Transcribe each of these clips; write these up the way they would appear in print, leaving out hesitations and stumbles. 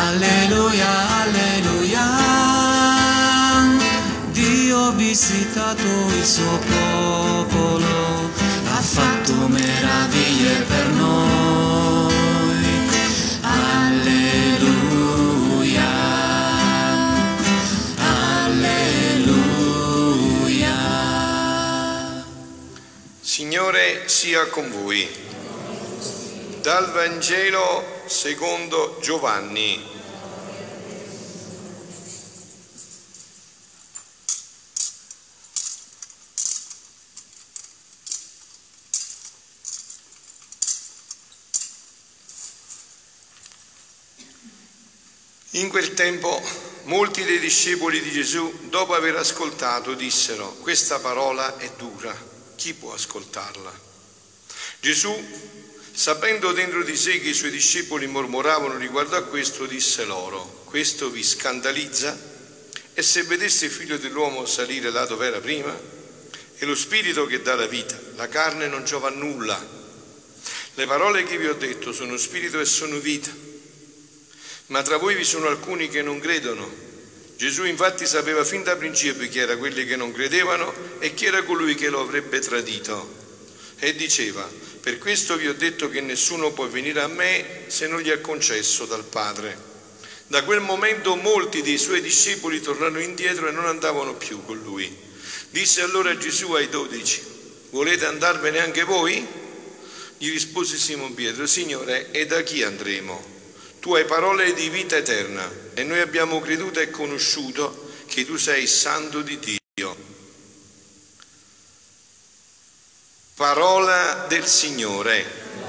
Alleluia, alleluia. Dio ha visitato il suo popolo, ha fatto meraviglie per noi. Alleluia, alleluia. Signore sia con voi. Dal Vangelo secondo Giovanni. In quel tempo molti dei discepoli di Gesù, dopo aver ascoltato, dissero: questa parola è dura, chi può ascoltarla? Gesù, sapendo dentro di sé che i suoi discepoli mormoravano riguardo a questo, disse loro: questo vi scandalizza? E se vedeste il Figlio dell'uomo salire là dove era prima? È lo Spirito che dà la vita, la carne non giova a nulla. Le parole che vi ho detto sono spirito e sono vita, ma tra voi vi sono alcuni che non credono. Gesù infatti sapeva fin da principio chi era quelli che non credevano e chi era colui che lo avrebbe tradito. E diceva: per questo vi ho detto che nessuno può venire a me se non gli è concesso dal Padre. Da quel momento molti dei suoi discepoli tornarono indietro e non andavano più con lui. Disse allora Gesù ai 12: volete andarvene anche voi? Gli rispose Simon Pietro: Signore, e da chi andremo? Tu hai parole di vita eterna e noi abbiamo creduto e conosciuto che tu sei Santo di Dio. Parola del Signore.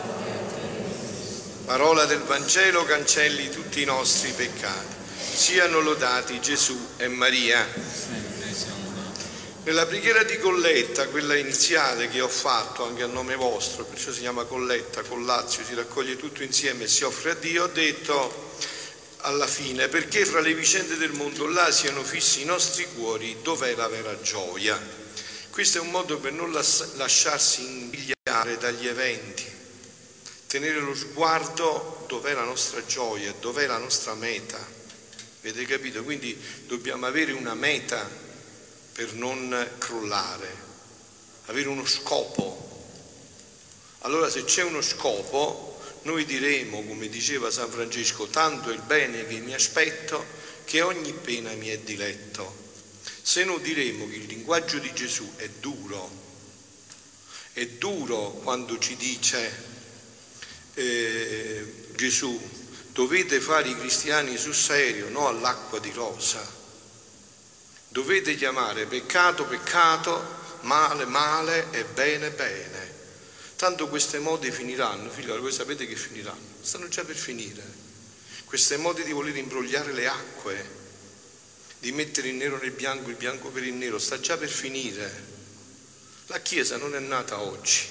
Parola del Vangelo cancelli tutti i nostri peccati. Siano lodati Gesù e Maria. Nella preghiera di colletta, quella iniziale che ho fatto anche a nome vostro, perciò si chiama colletta, collazio, si raccoglie tutto insieme e si offre a Dio, ho detto alla fine: perché fra le vicende del mondo là siano fissi i nostri cuori, dov'è la vera gioia? Questo è un modo per non lasciarsi impigliare dagli eventi, tenere lo sguardo dov'è la nostra gioia, dov'è la nostra meta. Avete capito? Quindi dobbiamo avere una meta per non crollare, avere uno scopo. Allora se c'è uno scopo, noi diremo, come diceva San Francesco: tanto è il bene che mi aspetto, che ogni pena mi è diletto. Se no diremo che il linguaggio di Gesù è duro quando ci dice Gesù: dovete fare i cristiani sul serio, no all'acqua di rosa. Dovete chiamare peccato, peccato, male, male e bene, bene. Tanto queste mode finiranno, figlioli, voi sapete che finiranno, stanno già per finire. Queste mode di voler imbrogliare le acque, di mettere il nero nel bianco, il bianco per il nero, sta già per finire. La Chiesa non è nata oggi,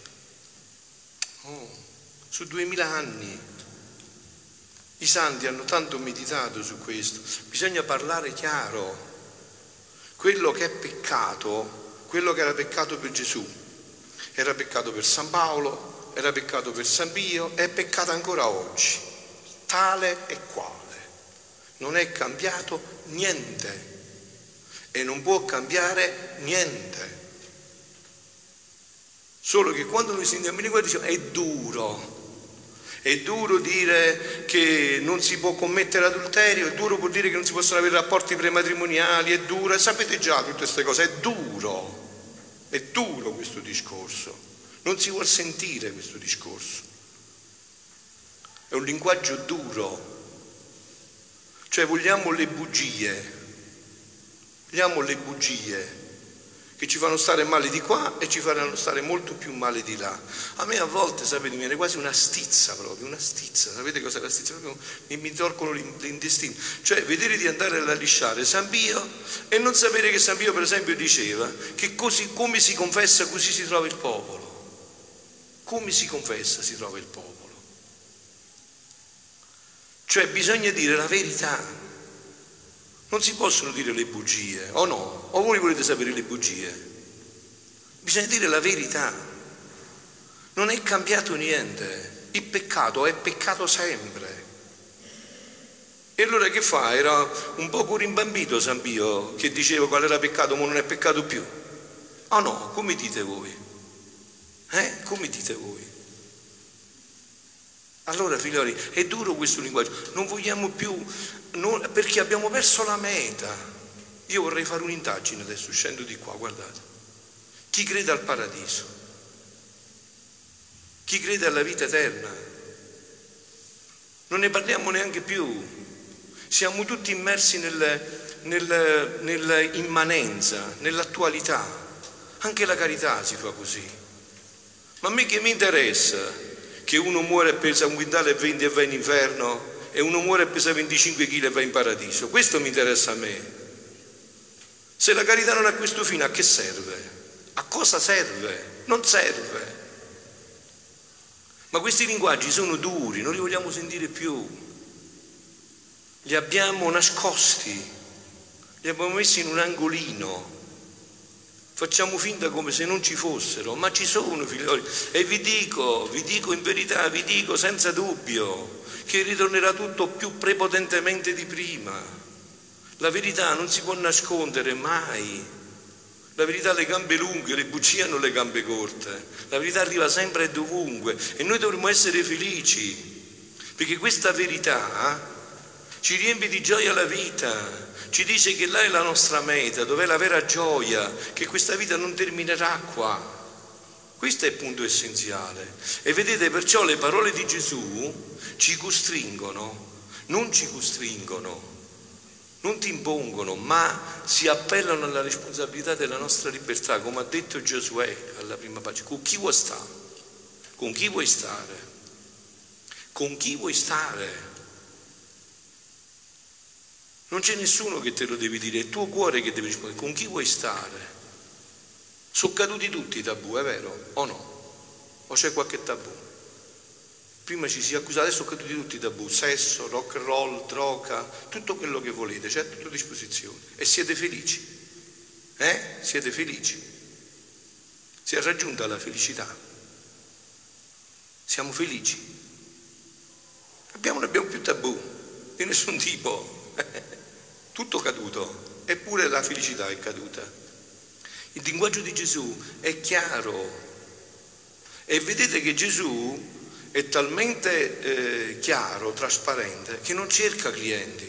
su 2000 anni. I santi hanno tanto meditato su questo. Bisogna parlare chiaro. Quello che è peccato, quello che era peccato per Gesù, era peccato per San Paolo, era peccato per San Pio, è peccato ancora oggi, tale e quale. Non è cambiato niente e non può cambiare niente. Solo che quando noi sentiamo in lingua diciamo è duro dire che non si può commettere adulterio, è duro vuol dire che non si possono avere rapporti prematrimoniali, è duro, e sapete già tutte queste cose, è duro questo discorso, non si vuol sentire questo discorso, è un linguaggio duro. Cioè vogliamo le bugie che ci fanno stare male di qua e ci faranno stare molto più male di là. A me a volte, sapete, mi viene quasi una stizza proprio, una stizza. Sapete cos'è la stizza? Proprio mi torcono l'intestino. Cioè vedere di andare a lisciare San Pio e non sapere che San Pio, per esempio, diceva che così come si confessa così si trova il popolo. Come si confessa si trova il popolo. Cioè bisogna dire la verità, non si possono dire le bugie, o no? O voi volete sapere le bugie? Bisogna dire la verità, non è cambiato niente, il peccato è peccato sempre. E allora che fa? Era un po' rimbambito San Pio, che diceva qual era peccato, ma non è peccato più. Oh no, come dite voi? Come dite voi? Allora figlioli, è duro questo linguaggio, non vogliamo più, perché abbiamo perso la meta. Io vorrei fare un'indagine adesso, scendo di qua, guardate. Chi crede al paradiso? Chi crede alla vita eterna? Non ne parliamo neanche più. Siamo tutti immersi nell'immanenza, nell'attualità. Anche la carità si fa così. Ma a me che mi interessa che uno muore e pesa 1,20 quintali e va in inferno e uno muore e pesa 25 kg e va in paradiso? Questo mi interessa a me. Se la carità non ha questo fine, a che serve? A cosa serve? Non serve. Ma questi linguaggi sono duri, non li vogliamo sentire più. Li abbiamo nascosti, li abbiamo messi in un angolino, facciamo finta come se non ci fossero, ma ci sono, figlioli. E vi dico in verità, vi dico senza dubbio che ritornerà tutto più prepotentemente di prima. La verità non si può nascondere mai. La verità ha le gambe lunghe, le bugie hanno le gambe corte. La verità arriva sempre e dovunque e noi dovremmo essere felici, perché questa verità ci riempie di gioia la vita, ci dice che là è la nostra meta, dov'è la vera gioia, che questa vita non terminerà qua. Questo è il punto essenziale. E vedete, perciò le parole di Gesù ci costringono, non ci costringono, non ti impongono, ma si appellano alla responsabilità della nostra libertà, come ha detto Giosuè alla prima pagina. Con chi vuoi stare? Con chi vuoi stare? Con chi vuoi stare? Non c'è nessuno che te lo devi dire, è il tuo cuore che deve rispondere. Con chi vuoi stare? Sono caduti tutti i tabù, è vero? O no? O c'è qualche tabù? Prima ci si accusa, adesso sono caduti tutti i tabù, sesso, rock and roll, droga, tutto quello che volete, c'è a tua disposizione. E siete felici? Siete felici? Si è raggiunta la felicità? Siamo felici? Non abbiamo più tabù di nessun tipo. Tutto caduto, eppure la felicità è caduta. Il linguaggio di Gesù è chiaro e vedete che Gesù è talmente chiaro, trasparente, che non cerca clienti.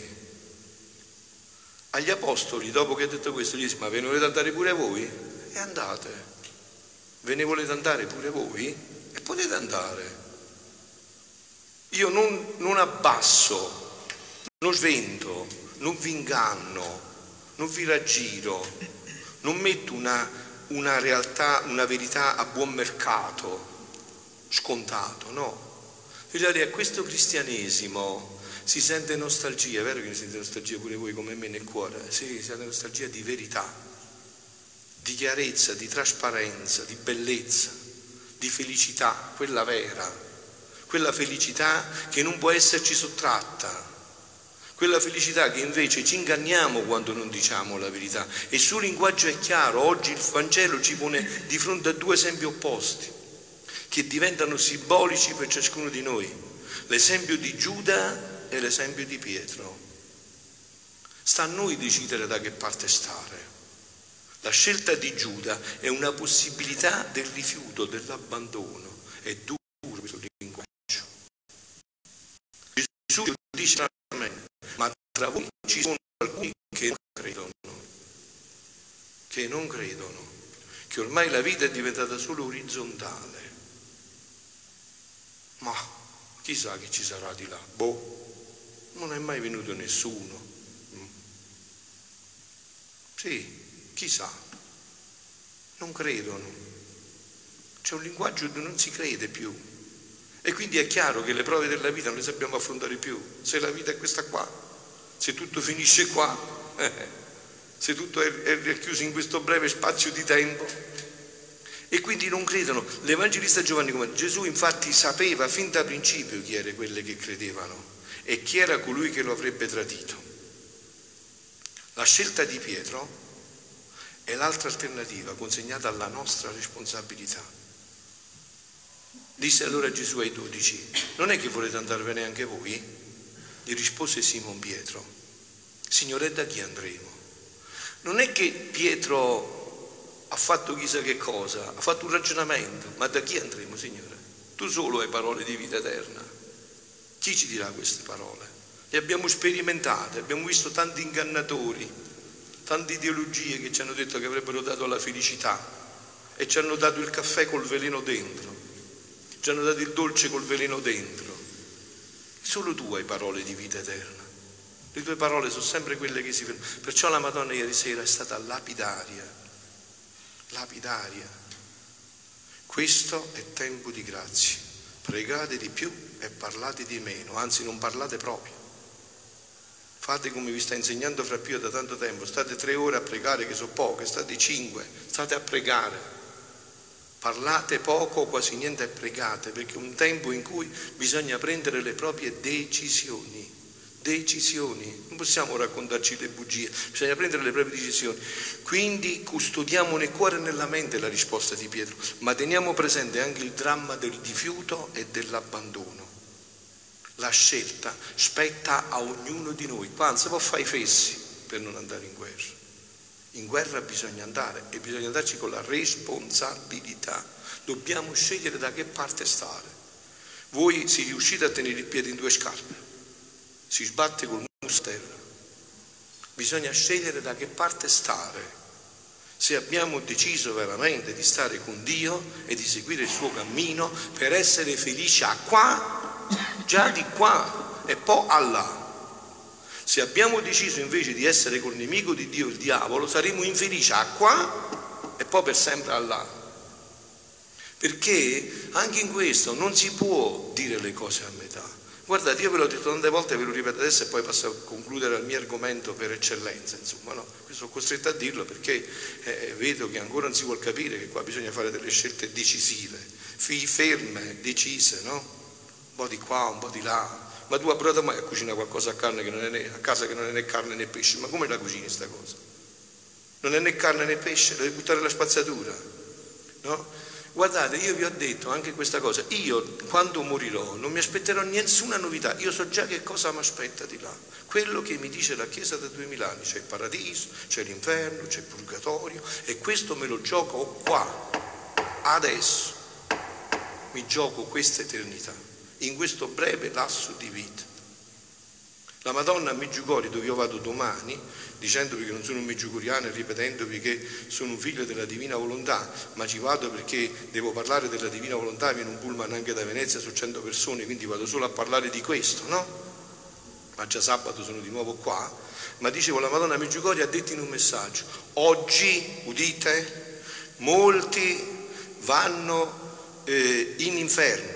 Agli apostoli, dopo che ha detto questo, gli dice: ma ve ne volete andare pure voi? E andate. Ve ne volete andare pure voi? E potete andare. Io non abbasso, non svento, non vi inganno, non vi raggiro, non metto una realtà, una verità a buon mercato, scontato, no. Figlioli, a questo cristianesimo si sente nostalgia, è vero che ne sente nostalgia pure voi come me nel cuore? Sì, si sente nostalgia di verità, di chiarezza, di trasparenza, di bellezza, di felicità, quella vera, quella felicità che non può esserci sottratta. Quella felicità che invece ci inganniamo quando non diciamo la verità. E il suo linguaggio è chiaro. Oggi il Vangelo ci pone di fronte a due esempi opposti che diventano simbolici per ciascuno di noi: l'esempio di Giuda e l'esempio di Pietro. Sta a noi decidere da che parte stare. La scelta di Giuda è una possibilità del rifiuto, dell'abbandono. È duro questo linguaggio. Gesù dice: ma tra voi ci sono alcuni che non credono, che ormai la vita è diventata solo orizzontale. Ma chissà che ci sarà di là. Non è mai venuto nessuno. Sì, chissà. Non credono. C'è un linguaggio dove non si crede più. E quindi è chiaro che le prove della vita non le sappiamo affrontare più. Se la vita è questa qua, se tutto finisce qua, se tutto è chiuso in questo breve spazio di tempo. E quindi non credono. L'Evangelista Giovanni, come Gesù infatti sapeva fin da principio chi erano quelle che credevano e chi era colui che lo avrebbe tradito. La scelta di Pietro è l'altra alternativa consegnata alla nostra responsabilità. Disse allora Gesù ai 12: non è che volete andarvene anche voi? Gli rispose Simon Pietro: Signore, da chi andremo? Non è che Pietro ha fatto chissà che cosa, ha fatto un ragionamento: ma da chi andremo, Signore? Tu solo hai parole di vita eterna. Chi ci dirà queste parole? Le abbiamo sperimentate, abbiamo visto tanti ingannatori, tante ideologie che ci hanno detto che avrebbero dato la felicità e ci hanno dato il caffè col veleno dentro, ci hanno dato il dolce col veleno dentro. Solo tu hai parole di vita eterna. Le tue parole sono sempre quelle che si fermano. Perciò la Madonna ieri sera è stata lapidaria. Lapidaria. Questo è tempo di grazia. Pregate di più e parlate di meno, anzi non parlate proprio. Fate come vi sta insegnando Fra Pio da tanto tempo. State 3 ore a pregare, che sono poche, state 5, state a pregare. Parlate poco o quasi niente e pregate, perché è un tempo in cui bisogna prendere le proprie decisioni. Decisioni, non possiamo raccontarci le bugie, bisogna prendere le proprie decisioni. Quindi custodiamo nel cuore e nella mente la risposta di Pietro, ma teniamo presente anche il dramma del rifiuto e dell'abbandono. La scelta spetta a ognuno di noi. Qua non si può fare i fessi per non andare in guerra. In guerra bisogna andare e bisogna andarci con la responsabilità. Dobbiamo scegliere da che parte stare. Voi si riuscite a tenere il piede in 2 scarpe, si sbatte col muso a terra. Bisogna scegliere da che parte stare. Se abbiamo deciso veramente di stare con Dio e di seguire il suo cammino per essere felici a qua, già di qua e poi a là. Se abbiamo deciso invece di essere col nemico di Dio, il diavolo, saremo infelici a qua e poi per sempre a là. Perché anche in questo non si può dire le cose a metà. Guardate, io ve l'ho detto tante volte, ve lo ripeto adesso e poi passo a concludere il mio argomento per eccellenza, insomma, no? Sono costretto a dirlo perché vedo che ancora non si vuol capire che qua bisogna fare delle scelte decisive, ferme, decise, no? Un po' di qua, un po' di là. Ma tu approva mai a cucinare qualcosa a casa che non è né carne né pesce? Ma come la cucini sta cosa? Non è né carne né pesce, devi buttare la spazzatura, no? Guardate, io vi ho detto anche questa cosa: io quando morirò non mi aspetterò nessuna novità, io so già che cosa mi aspetta di là. Quello che mi dice la Chiesa da 2000 anni: c'è il paradiso, c'è l'inferno, c'è il purgatorio, e questo me lo gioco qua, adesso. Mi gioco questa eternità, in questo breve lasso di vita. La Madonna a Medjugorje, dove io vado domani, dicendovi che non sono un medjugorjano e ripetendovi che sono un figlio della Divina Volontà, ma ci vado perché devo parlare della Divina Volontà, viene un pullman anche da Venezia, su 100 persone, quindi vado solo a parlare di questo, no? Ma già sabato sono di nuovo qua. Ma dicevo, la Madonna a Medjugorje ha detto in un messaggio: oggi, udite, molti vanno in inferno,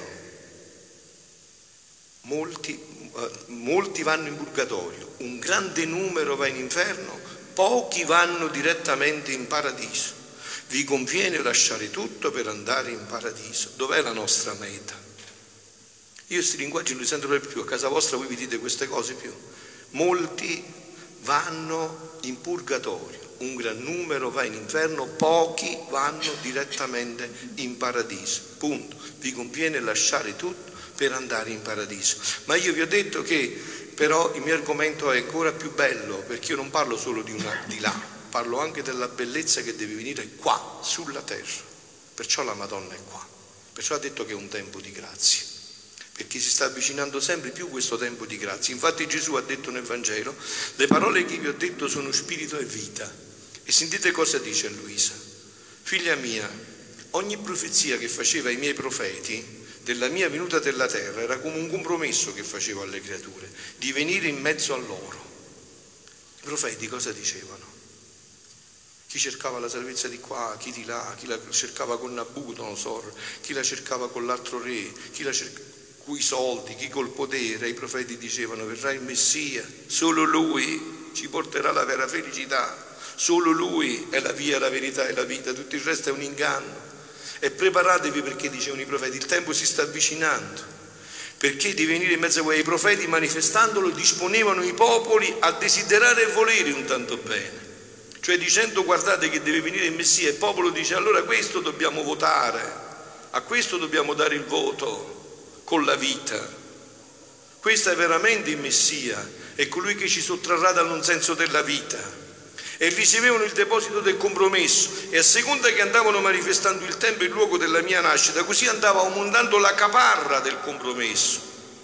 molti vanno in purgatorio, un grande numero va in inferno, pochi vanno direttamente in paradiso. Vi conviene lasciare tutto per andare in paradiso. Dov'è la nostra meta? Io questi linguaggi non li sento proprio più. A casa vostra voi vi dite queste cose più. Molti vanno in purgatorio, un gran numero va in inferno, pochi vanno direttamente in paradiso. Punto. Vi conviene lasciare tutto per andare in paradiso. Ma io vi ho detto che però il mio argomento è ancora più bello, perché io non parlo solo di là, parlo anche della bellezza che deve venire qua, sulla terra. Perciò la Madonna è qua, perciò ha detto che è un tempo di grazia, perché si sta avvicinando sempre più questo tempo di grazia. Infatti Gesù ha detto nel Vangelo: le parole che vi ho detto sono spirito e vita. E sentite cosa dice a Luisa: figlia mia, ogni profezia che faceva ai miei profeti della mia venuta della terra era come un compromesso che facevo alle creature, di venire in mezzo a loro. I profeti cosa dicevano? Chi cercava la salvezza di qua, chi di là, chi la cercava con Nabucodonosor, chi la cercava con l'altro re, chi la cercava con i soldi, chi col potere. I profeti dicevano: verrà il Messia, solo lui ci porterà la vera felicità, solo lui è la via, la verità e la vita, tutto il resto è un inganno. E preparatevi, perché dicevano i profeti, il tempo si sta avvicinando, perché di venire in mezzo a voi. I profeti, manifestandolo, disponevano i popoli a desiderare e volere un tanto bene, cioè dicendo: guardate che deve venire il Messia. Il popolo dice: allora questo dobbiamo votare, a questo dobbiamo dare il voto con la vita. Questo è veramente il Messia, è colui che ci sottrarrà dal non senso della vita. E ricevevano il deposito del compromesso, e a seconda che andavano manifestando il tempo e il luogo della mia nascita, così andava aumentando la caparra del compromesso.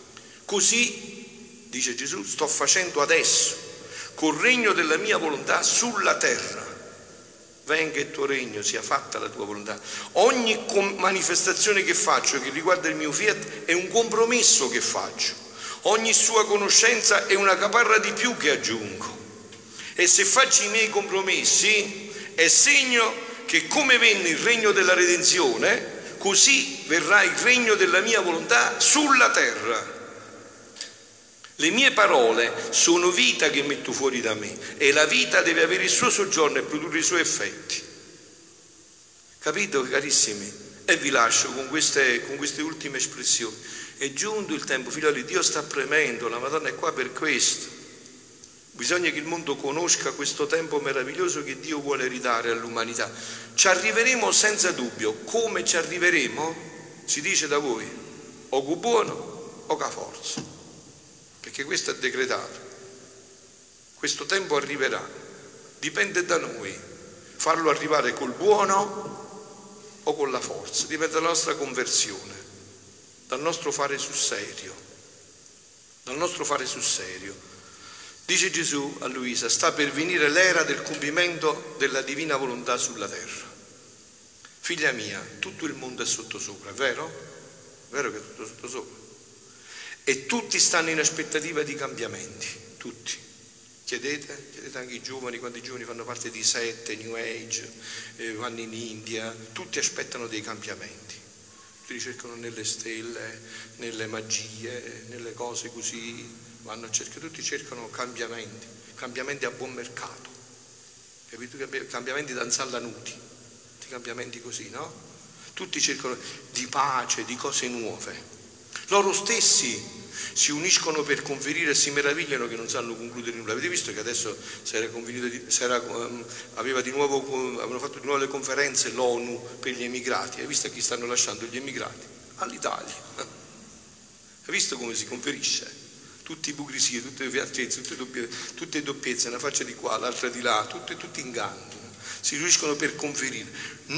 Così, dice Gesù, sto facendo adesso, col regno della mia volontà sulla terra. Venga il tuo regno, sia fatta la tua volontà. Ogni manifestazione che faccio che riguarda il mio fiat è un compromesso che faccio. Ogni sua conoscenza è una caparra di più che aggiungo. E se faccio i miei compromessi è segno che come venne il regno della redenzione, così verrà il regno della mia volontà sulla terra. Le mie parole sono vita che metto fuori da me, e la vita deve avere il suo soggiorno e produrre i suoi effetti. Capito, carissimi? E vi lascio con queste ultime espressioni. È giunto il tempo, figlioli, Dio sta premendo, la Madonna è qua per questo. Bisogna che il mondo conosca questo tempo meraviglioso che Dio vuole ridare all'umanità. Ci arriveremo senza dubbio. Come ci arriveremo? Si dice da voi, o con buono o con forza, perché questo è decretato. Questo tempo arriverà, dipende da noi farlo arrivare col buono o con la forza, dipende dalla nostra conversione, dal nostro fare sul serio, Dice Gesù a Luisa, sta per venire l'era del compimento della divina volontà sulla terra. Figlia mia, tutto il mondo è sottosopra, è vero? È vero che è tutto sottosopra? E tutti stanno in aspettativa di cambiamenti, tutti. Chiedete anche i giovani, quando i giovani fanno parte di sette, New Age, vanno in India, tutti aspettano dei cambiamenti. Tutti ricercano nelle stelle, nelle magie, nelle cose così. Tutti cercano cambiamenti a buon mercato, capito? Cambiamenti da Anzalla Nuti, cambiamenti così, no? Tutti cercano di pace, di cose nuove. Loro stessi si uniscono per conferire e si meravigliano che non sanno concludere nulla. Avete visto che adesso avevano fatto di nuovo le conferenze l'ONU per gli emigrati? Hai visto a chi stanno lasciando gli emigrati? All'Italia. Hai visto come si conferisce? Tutte ipocrisie, tutte le fattezze, tutte doppiezze, una faccia di qua, l'altra di là, tutti inganni. Si riuniscono per conferire.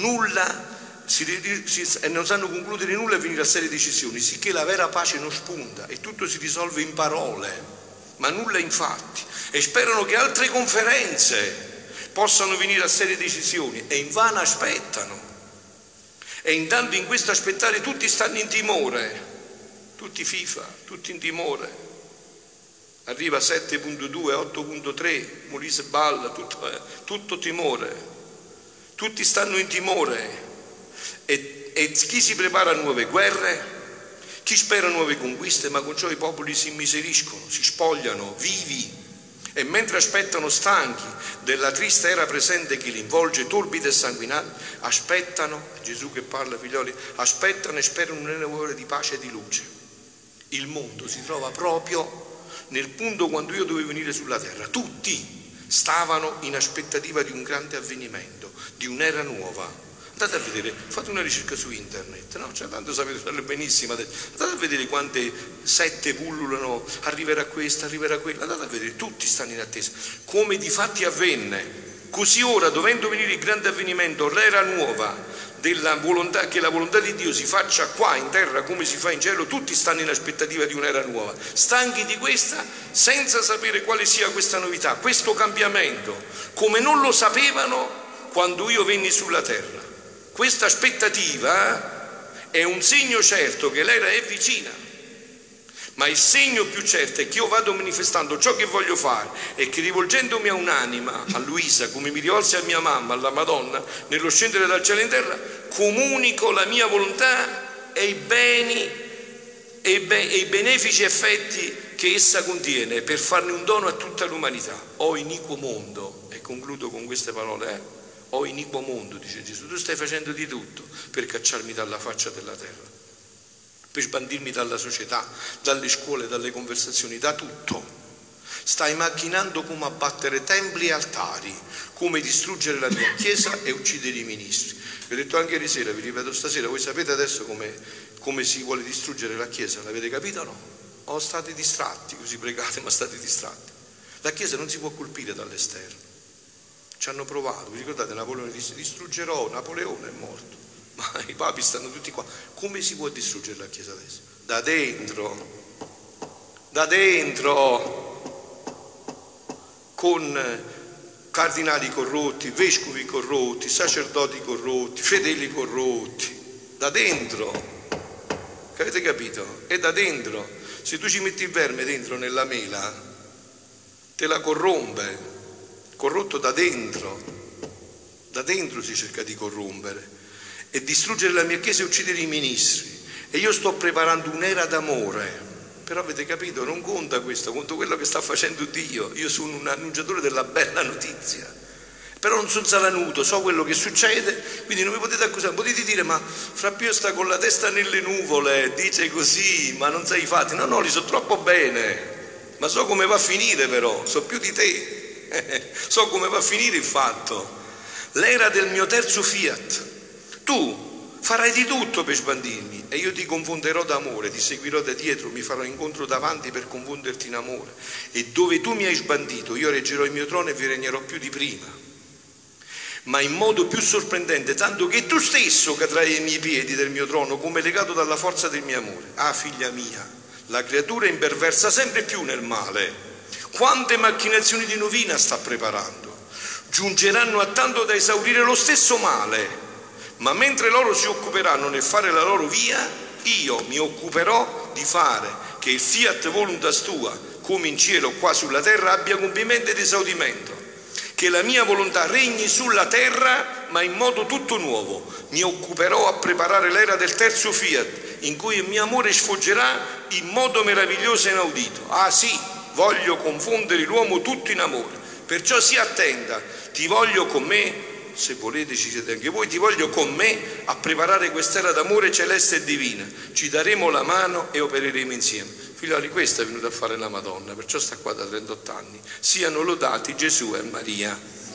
Non sanno concludere nulla e venire a serie decisioni, sicché la vera pace non spunta e tutto si risolve in parole, ma nulla in fatti. E sperano che altre conferenze possano venire a serie decisioni e invano aspettano. E intanto in questo aspettare tutti stanno in timore, tutti FIFA, tutti in timore. Arriva 7.2, 8.3, Molise balla, tutto timore. Tutti stanno in timore. E chi si prepara a nuove guerre, chi spera nuove conquiste, ma con ciò i popoli si immiseriscono, si spogliano, vivi. E mentre aspettano stanchi della triste era presente che li involge, torbida e sanguinante, aspettano, Gesù che parla, figlioli, aspettano e sperano un'era ora di pace e di luce. Il mondo si trova proprio nel punto quando io dovevo venire sulla terra. Tutti stavano in aspettativa di un grande avvenimento, di un'era nuova. Andate a vedere, fate una ricerca su internet, no? Tanto sapete farlo benissimo. Andate a vedere quante sette pullulano, arriverà questa, arriverà quella. Andate a vedere, tutti stanno in attesa. Come di fatti avvenne. Così ora, dovendo venire il grande avvenimento, l'era nuova, della volontà, che la volontà di Dio si faccia qua in terra come si fa in cielo, tutti stanno in aspettativa di un'era nuova, stanchi di questa, senza sapere quale sia questa novità, questo cambiamento, come non lo sapevano quando io venni sulla terra. Questa aspettativa è un segno certo che l'era è vicina. Ma il segno più certo è che io vado manifestando ciò che voglio fare e che rivolgendomi a un'anima, a Luisa, come mi rivolsi a mia mamma, alla Madonna, nello scendere dal cielo in terra, comunico la mia volontà e i beni e i benefici effetti che essa contiene per farne un dono a tutta l'umanità. O iniquo mondo, e concludo con queste parole, o iniquo mondo, dice Gesù, tu stai facendo di tutto per cacciarmi dalla faccia della terra, per sbandirmi dalla società, dalle scuole, dalle conversazioni, da tutto. Stai macchinando come abbattere templi e altari, come distruggere la mia chiesa e uccidere i ministri. Vi ho detto anche ieri sera, vi ripeto stasera, voi sapete adesso come si vuole distruggere la chiesa, l'avete capito o no? o state distratti, così pregate, ma state distratti. La Chiesa non si può colpire dall'esterno. Ci hanno provato, vi ricordate Napoleone disse distruggerò, Napoleone è morto, ma i papi stanno tutti qua. Come si può distruggere la Chiesa adesso? Da dentro, con cardinali corrotti, vescovi corrotti, sacerdoti corrotti, fedeli corrotti, da dentro, che avete capito? È da dentro. Se tu ci metti il verme dentro nella mela, te la corrompe. Corrotto da dentro si cerca di corrompere e distruggere la mia Chiesa e uccidere i ministri. E io sto preparando un'era d'amore, però avete capito, non conta questo, conta quello che sta facendo Dio. Io sono un annunciatore della bella notizia, però non sono salanuto, so quello che succede, quindi non mi potete accusare, potete dire ma Fra Pio sta con la testa nelle nuvole, dice così, ma non sai i fatti. No, li so troppo bene, ma so come va a finire, però so più di te. So come va a finire il fatto. L'era del mio terzo fiat. Tu farai di tutto per sbandirmi e io ti confonderò d'amore, ti seguirò da dietro, mi farò incontro davanti per confonderti in amore. E dove tu mi hai sbandito io reggerò il mio trono e vi regnerò più di prima, ma in modo più sorprendente, tanto che tu stesso cadrai ai miei piedi del mio trono come legato dalla forza del mio amore. Ah, figlia mia, la creatura imperversa sempre più nel male. Quante macchinazioni di rovina sta preparando? Giungeranno a tanto da esaurire lo stesso male, ma mentre loro si occuperanno nel fare la loro via, io mi occuperò di fare che il fiat voluntas tua, come in cielo qua sulla terra, abbia compimento ed esaudimento, che la mia volontà regni sulla terra, ma in modo tutto nuovo. Mi occuperò a preparare l'era del terzo fiat, in cui il mio amore sfoggerà in modo meraviglioso e inaudito. Ah sì, voglio confondere l'uomo tutto in amore, perciò sii attenta, ti voglio con me, se volete ci siete anche voi, ti voglio con me a preparare quest'era d'amore celeste e divina, ci daremo la mano e opereremo insieme. Figlioli, questo è venuto a fare la Madonna, perciò sta qua da 38 anni. Siano lodati Gesù e Maria.